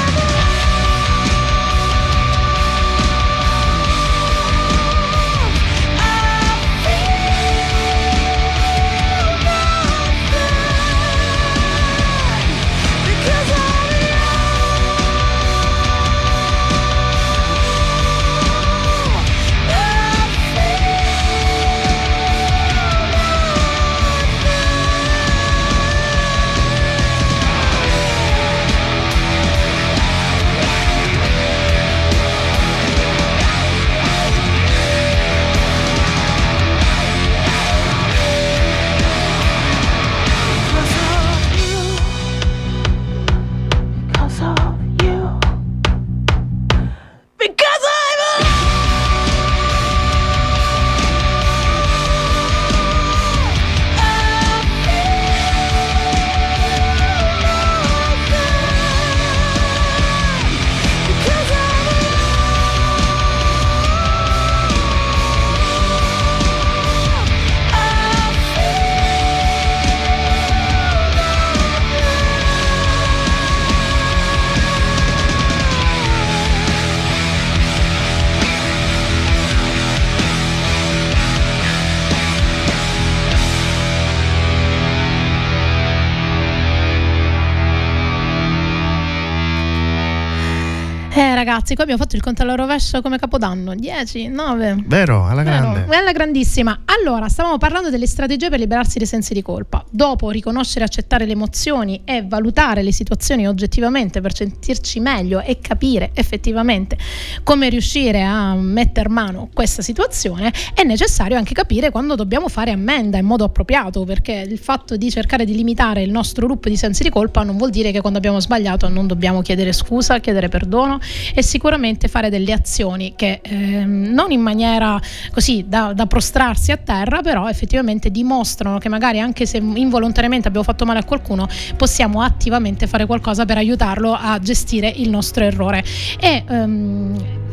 Ragazzi, qua abbiamo fatto il conto alla rovescia come Capodanno. 10, 9. Vero, alla grande. Alla grandissima. Allora, stavamo parlando delle strategie per liberarsi dai sensi di colpa. Dopo riconoscere e accettare le emozioni e valutare le situazioni oggettivamente per sentirci meglio e capire effettivamente come riuscire a metter mano a questa situazione, è necessario anche capire quando dobbiamo fare ammenda in modo appropriato, perché il fatto di cercare di limitare il nostro loop di sensi di colpa non vuol dire che quando abbiamo sbagliato non dobbiamo chiedere scusa, chiedere perdono e sicuramente fare delle azioni che non in maniera così da prostrarsi a terra, però effettivamente dimostrano che magari anche se involontariamente abbiamo fatto male a qualcuno possiamo attivamente fare qualcosa per aiutarlo a gestire il nostro errore. E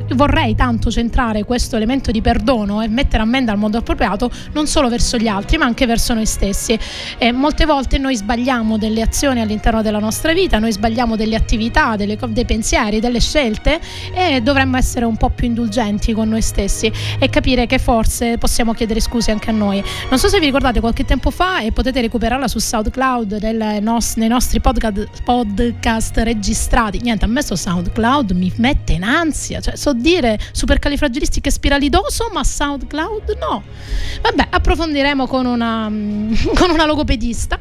vorrei tanto centrare questo elemento di perdono e mettere ammenda al modo appropriato non solo verso gli altri ma anche verso noi stessi. Molte volte noi sbagliamo delle azioni all'interno della nostra vita, noi sbagliamo delle attività, dei pensieri, delle scelte, e dovremmo essere un po' più indulgenti con noi stessi e capire che forse possiamo chiedere scuse anche a noi. Non so se vi ricordate, qualche tempo fa, e potete recuperarla su SoundCloud nei nostri podcast registrati. Niente, a me sto SoundCloud mi mette in ansia, cioè so dire supercalifragilistichespiralidoso, ma SoundCloud no. Vabbè, approfondiremo con una logopedista.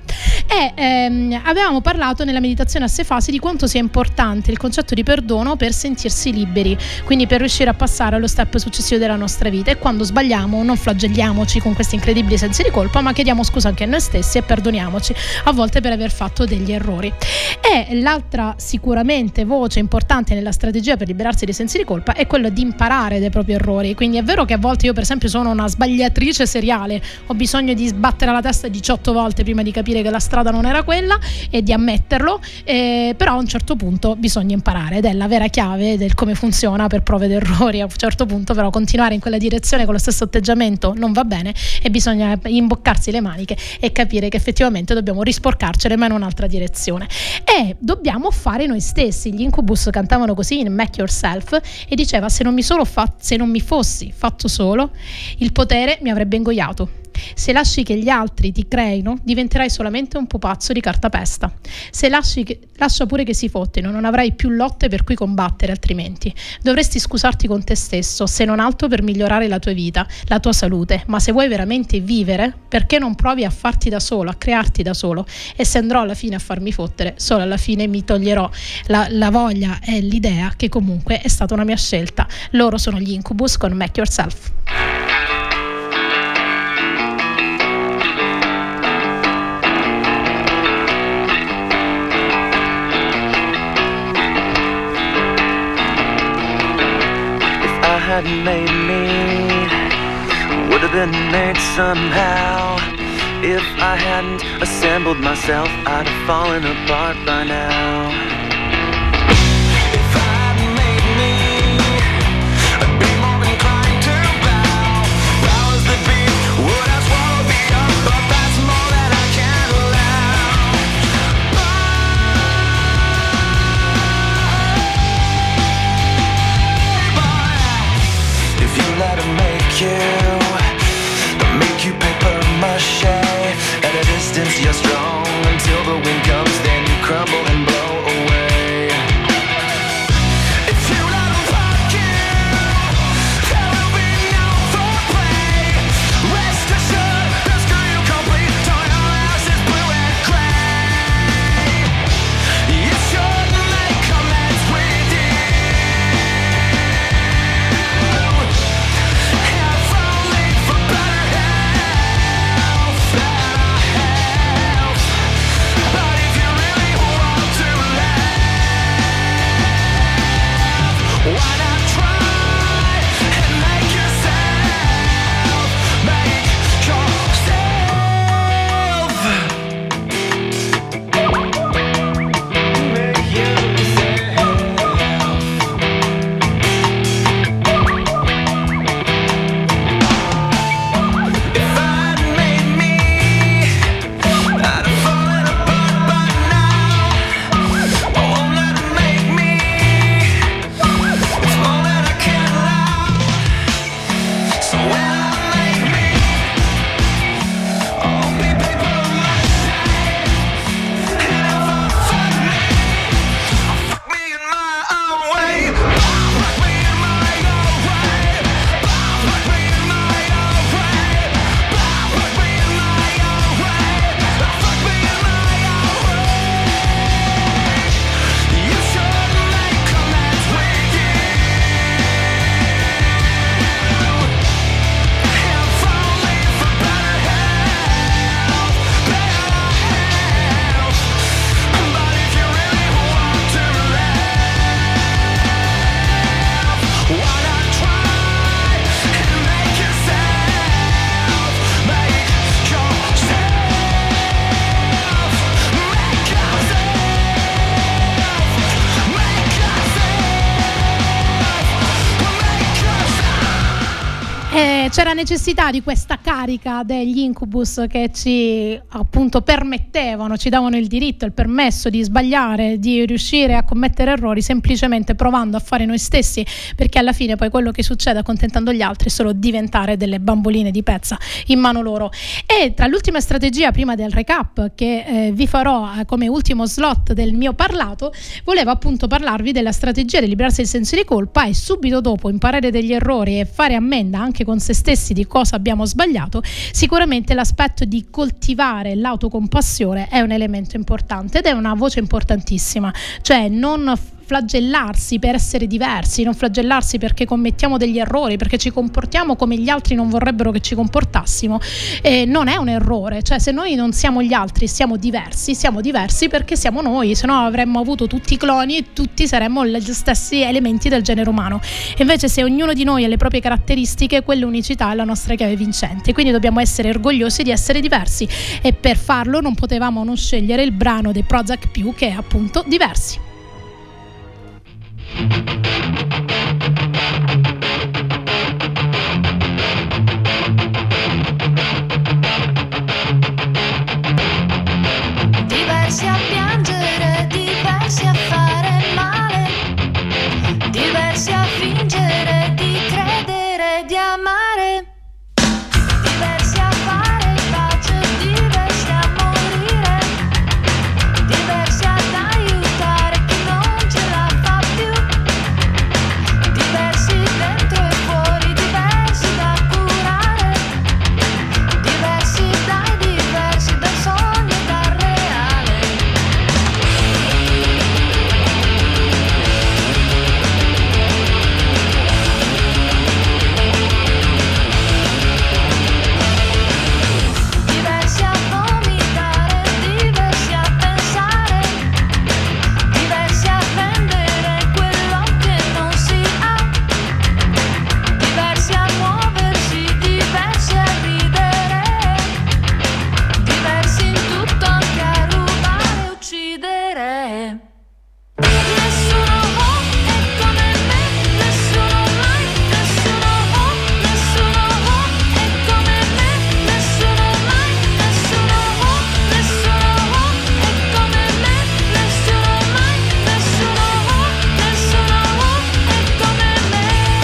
E avevamo parlato nella meditazione a 6 fasi di quanto sia importante il concetto di perdono per sentirsi liberi, quindi per riuscire a passare allo step successivo della nostra vita, e quando sbagliamo non flagelliamoci con questi incredibili sensi di colpa, ma chiediamo scusa anche a noi stessi e perdoniamoci a volte per aver fatto degli errori. E l'altra sicuramente voce importante nella strategia per liberarsi dei sensi di colpa è quello di imparare dai propri errori. Quindi è vero che a volte io per esempio sono una sbagliatrice seriale, ho bisogno di sbattere la testa 18 volte prima di capire che la strada non era quella e di ammetterlo, però a un certo punto bisogna imparare, ed è la vera chiave del come funziona per prove ed errori. A un certo punto però continuare in quella direzione con lo stesso atteggiamento non va bene e bisogna imboccarsi le maniche e capire che effettivamente dobbiamo risporcarcele ma in un'altra direzione, e dobbiamo fare noi stessi. Gli Incubus cantavano così in Make Yourself e diceva: se non mi fossi fatto solo, il potere mi avrebbe ingoiato. Se lasci che gli altri ti creino, diventerai solamente un pupazzo di cartapesta. Se lascia pure che si fottino, non avrai più lotte per cui combattere, altrimenti dovresti scusarti con te stesso, se non altro per migliorare la tua vita, la tua salute. Ma se vuoi veramente vivere, perché non provi a farti da solo, a crearti da solo? E se andrò alla fine a farmi fottere, solo alla fine mi toglierò la voglia e l'idea che comunque è stata una mia scelta. Loro sono gli Incubus con Make Yourself. Hadn't made me, would have been made somehow. If I hadn't assembled myself, I'd have fallen apart by now. If I hadn't made me, I'd be more inclined to bow. Powers that be would have swallowed me up, but that's more than I can allow. If you let him make you paper mache. At a distance you're strong until the wind comes, then you crumble and blow away. c'era necessità di questa carica degli incubus che ci appunto permettevano, ci davano il diritto, il permesso di sbagliare, di riuscire a commettere errori semplicemente provando a fare noi stessi, perché alla fine poi quello che succede accontentando gli altri è solo diventare delle bamboline di pezza in mano loro. E tra l'ultima strategia, prima del recap che vi farò come ultimo slot del mio parlato, volevo appunto parlarvi della strategia di liberarsi del senso di colpa e subito dopo imparare degli errori e fare ammenda anche con se stessi di cosa abbiamo sbagliato. Sicuramente l'aspetto di coltivare l'autocompassione è un elemento importante ed è una voce importantissima, cioè non flagellarsi per essere diversi, non flagellarsi perché commettiamo degli errori, perché ci comportiamo come gli altri non vorrebbero che ci comportassimo. Non è un errore, cioè se noi non siamo gli altri, siamo diversi perché siamo noi, se no avremmo avuto tutti i cloni e tutti saremmo gli stessi elementi del genere umano. Invece se ognuno di noi ha le proprie caratteristiche, quell'unicità è la nostra chiave vincente, quindi dobbiamo essere orgogliosi di essere diversi e per farlo non potevamo non scegliere il brano dei Prozac Più, che è appunto Diversi. Diversi a piangere, diversi a fare male, diversi a fingere di credere di amare, diversi a fare pace, diversi a morire, diversi ad aiutare chi non ce la fa più, diversi dentro e fuori, diversi da curare, diversi dal sogno e dal reale. Diversi a vomitare, diversi a pensare, diversi a vendere quello che non si ha, diversi a muoversi, diversi a ridere, diversi in tutto, anche a rubare e uccidere. Nessuno è come me, nessuno mai, nessuno è come me, nessuno mai, nessuno è come me, nessuno mai, nessuno è come me.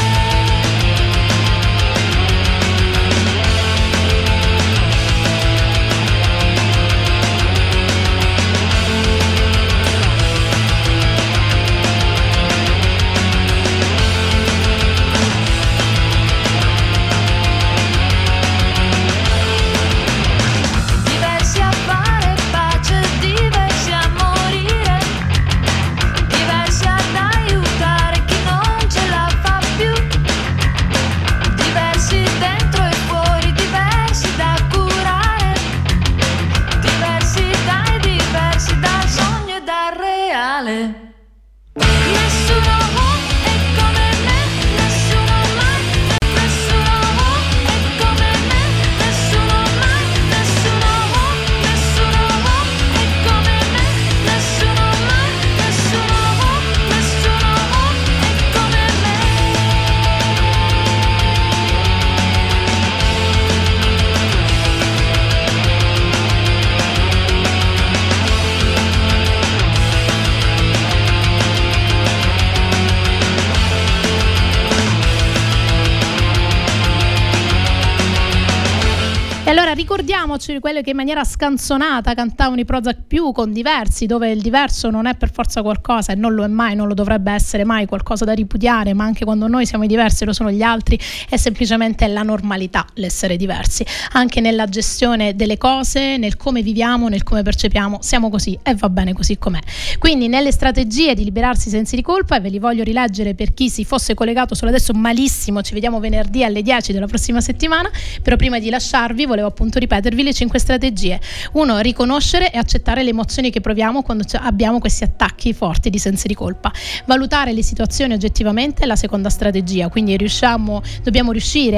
Diversi a fare pace, diversi a morire, diversi ad aiutare chi non ce la fa più, diversi dentro e fuori, diversi da curare, diversi dal sogno e dal reale. Nessuno è come me, nessuno mai, nessuno è come me, nessuno mai, nessuno è come me, nessuno mai, nessuno è come me. E allora ricordiamoci di quello che in maniera scanzonata cantavano i Prozac Più con Diversi, dove il diverso non è per forza qualcosa e non lo è mai, non lo dovrebbe essere mai qualcosa da ripudiare, ma anche quando noi siamo diversi lo sono gli altri, è semplicemente la normalità l'essere diversi, anche nella gestione delle cose, nel come viviamo, nel come percepiamo, siamo così e va bene così com'è. Quindi nelle strategie di liberarsi sensi di colpa, e ve li voglio rileggere per chi si fosse collegato solo adesso malissimo, ci vediamo venerdì alle 10 della prossima settimana, però prima di lasciarvi volevo appunto ripetervi le 5 strategie. 1. Riconoscere e accettare le emozioni che proviamo quando abbiamo questi attacchi forti di sensi di colpa. Valutare le situazioni oggettivamente è la seconda strategia, quindi dobbiamo riuscire a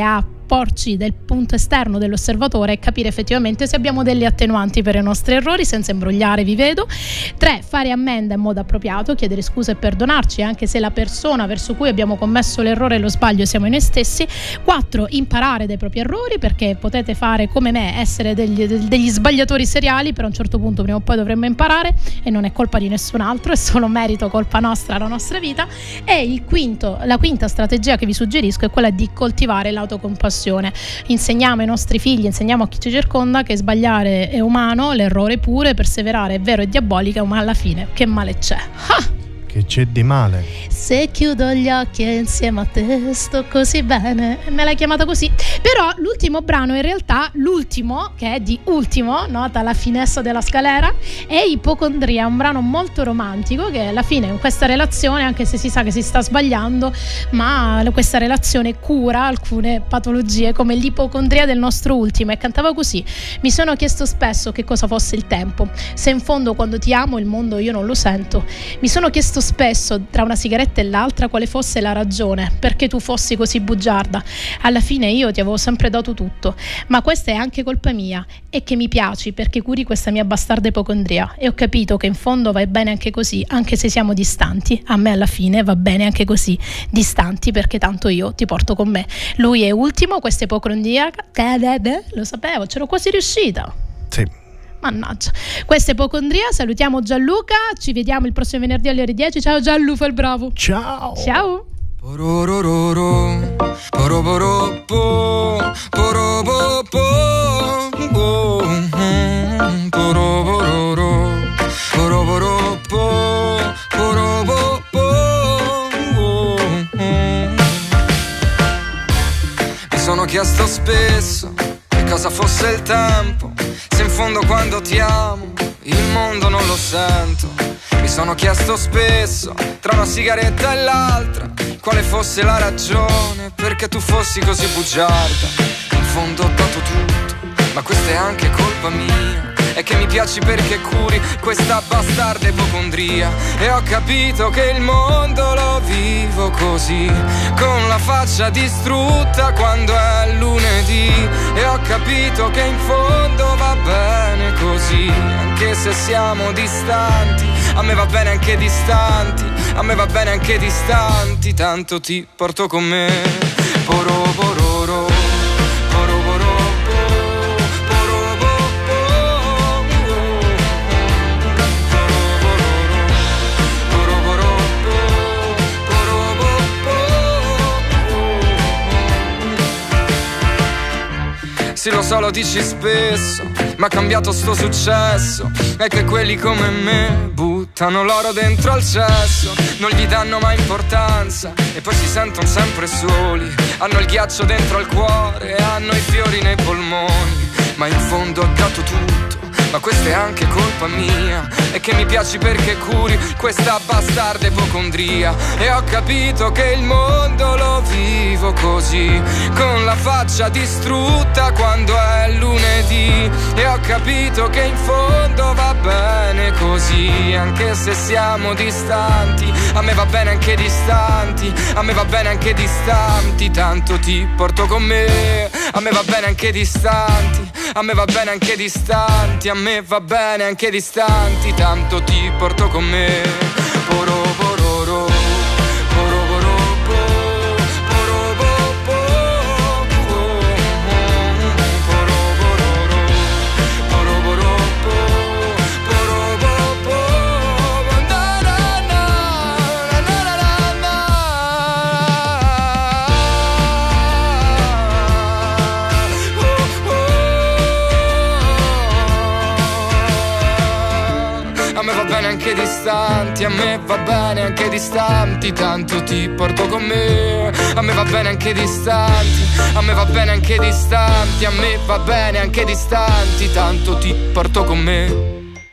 porci del punto esterno dell'osservatore e capire effettivamente se abbiamo delle attenuanti per i nostri errori senza imbrogliare, vi vedo. 3, fare ammenda in modo appropriato, chiedere scusa e perdonarci anche se la persona verso cui abbiamo commesso l'errore e lo sbaglio siamo noi stessi. 4, imparare dai propri errori, perché potete fare come me, essere degli sbagliatori seriali, però a un certo punto prima o poi dovremmo imparare e non è colpa di nessun altro, è solo merito, colpa nostra, la nostra vita. E la quinta strategia che vi suggerisco è quella di coltivare l'autocompassione. Insegniamo ai nostri figli, insegniamo a chi ci circonda che sbagliare è umano, l'errore pure, perseverare è vero e diabolico, ma alla fine che male c'è? Che c'è di male? Se chiudo gli occhi e insieme a te sto così bene. Me l'hai chiamata così. Però l'ultimo brano, in realtà l'ultimo, che è di ultimo, nota la finestra della scalera, è Ipocondria, un brano molto romantico che alla fine in questa relazione, anche se si sa che si sta sbagliando, ma questa relazione cura alcune patologie come l'ipocondria del nostro ultimo, e cantava così: mi sono chiesto spesso che cosa fosse il tempo, se in fondo quando ti amo il mondo io non lo sento. Mi sono chiesto spesso tra una sigaretta e l'altra quale fosse la ragione perché tu fossi così bugiarda. Alla fine io ti avevo sempre dato tutto, ma questa è anche colpa mia, e che mi piaci perché curi questa mia bastarda ipocondria, e ho capito che in fondo va bene anche così, anche se siamo distanti. A me alla fine va bene anche così, distanti, perché tanto io ti porto con me. Lui è ultimo, questa ipocondria, lo sapevo, c'ero quasi riuscita. Sì. Mannaggia, questa è Ipocondria. Salutiamo Gianluca, ci vediamo il prossimo venerdì alle ore 10. Ciao Gianlu, fai il bravo. Ciao. Ciao. Mi sono chiesto spesso che cosa fosse il tempo, se in fondo quando ti amo il mondo non lo sento. Mi sono chiesto spesso tra una sigaretta e l'altra quale fosse la ragione perché tu fossi così bugiarda. In fondo ho dato tutto, ma questa è anche colpa mia, è che mi piaci perché curi questa bastarda ipocondria. E ho capito che il mondo lo vivo così, con la faccia distrutta quando è lunedì. E ho capito che in fondo va bene così, anche se siamo distanti. A me va bene anche distanti, a me va bene anche distanti, tanto ti porto con me. Poro pororo. Sì, lo so, lo dici spesso, ma ha cambiato sto successo. È che quelli come me buttano l'oro dentro al cesso, non gli danno mai importanza e poi si sentono sempre soli. Hanno il ghiaccio dentro al cuore e hanno i fiori nei polmoni. Ma in fondo ho dato tutto, ma questa è anche colpa mia, è che mi piaci perché curi questa bastarda ipocondria. E ho capito che il mondo lo vivo così, con la faccia distrutta quando è lunedì. E ho capito che in fondo va bene così, anche se siamo distanti. A me va bene anche distanti, a me va bene anche distanti, tanto ti porto con me. A me va bene anche distanti, a me va bene anche distanti, a me va bene anche distanti, tanto ti porto con me. Poro pororo. Anche distanti, a me va bene anche distanti, tanto ti porto con me. A me va bene anche distanti, a me va bene anche distanti, a me va bene anche distanti, tanto ti porto con me.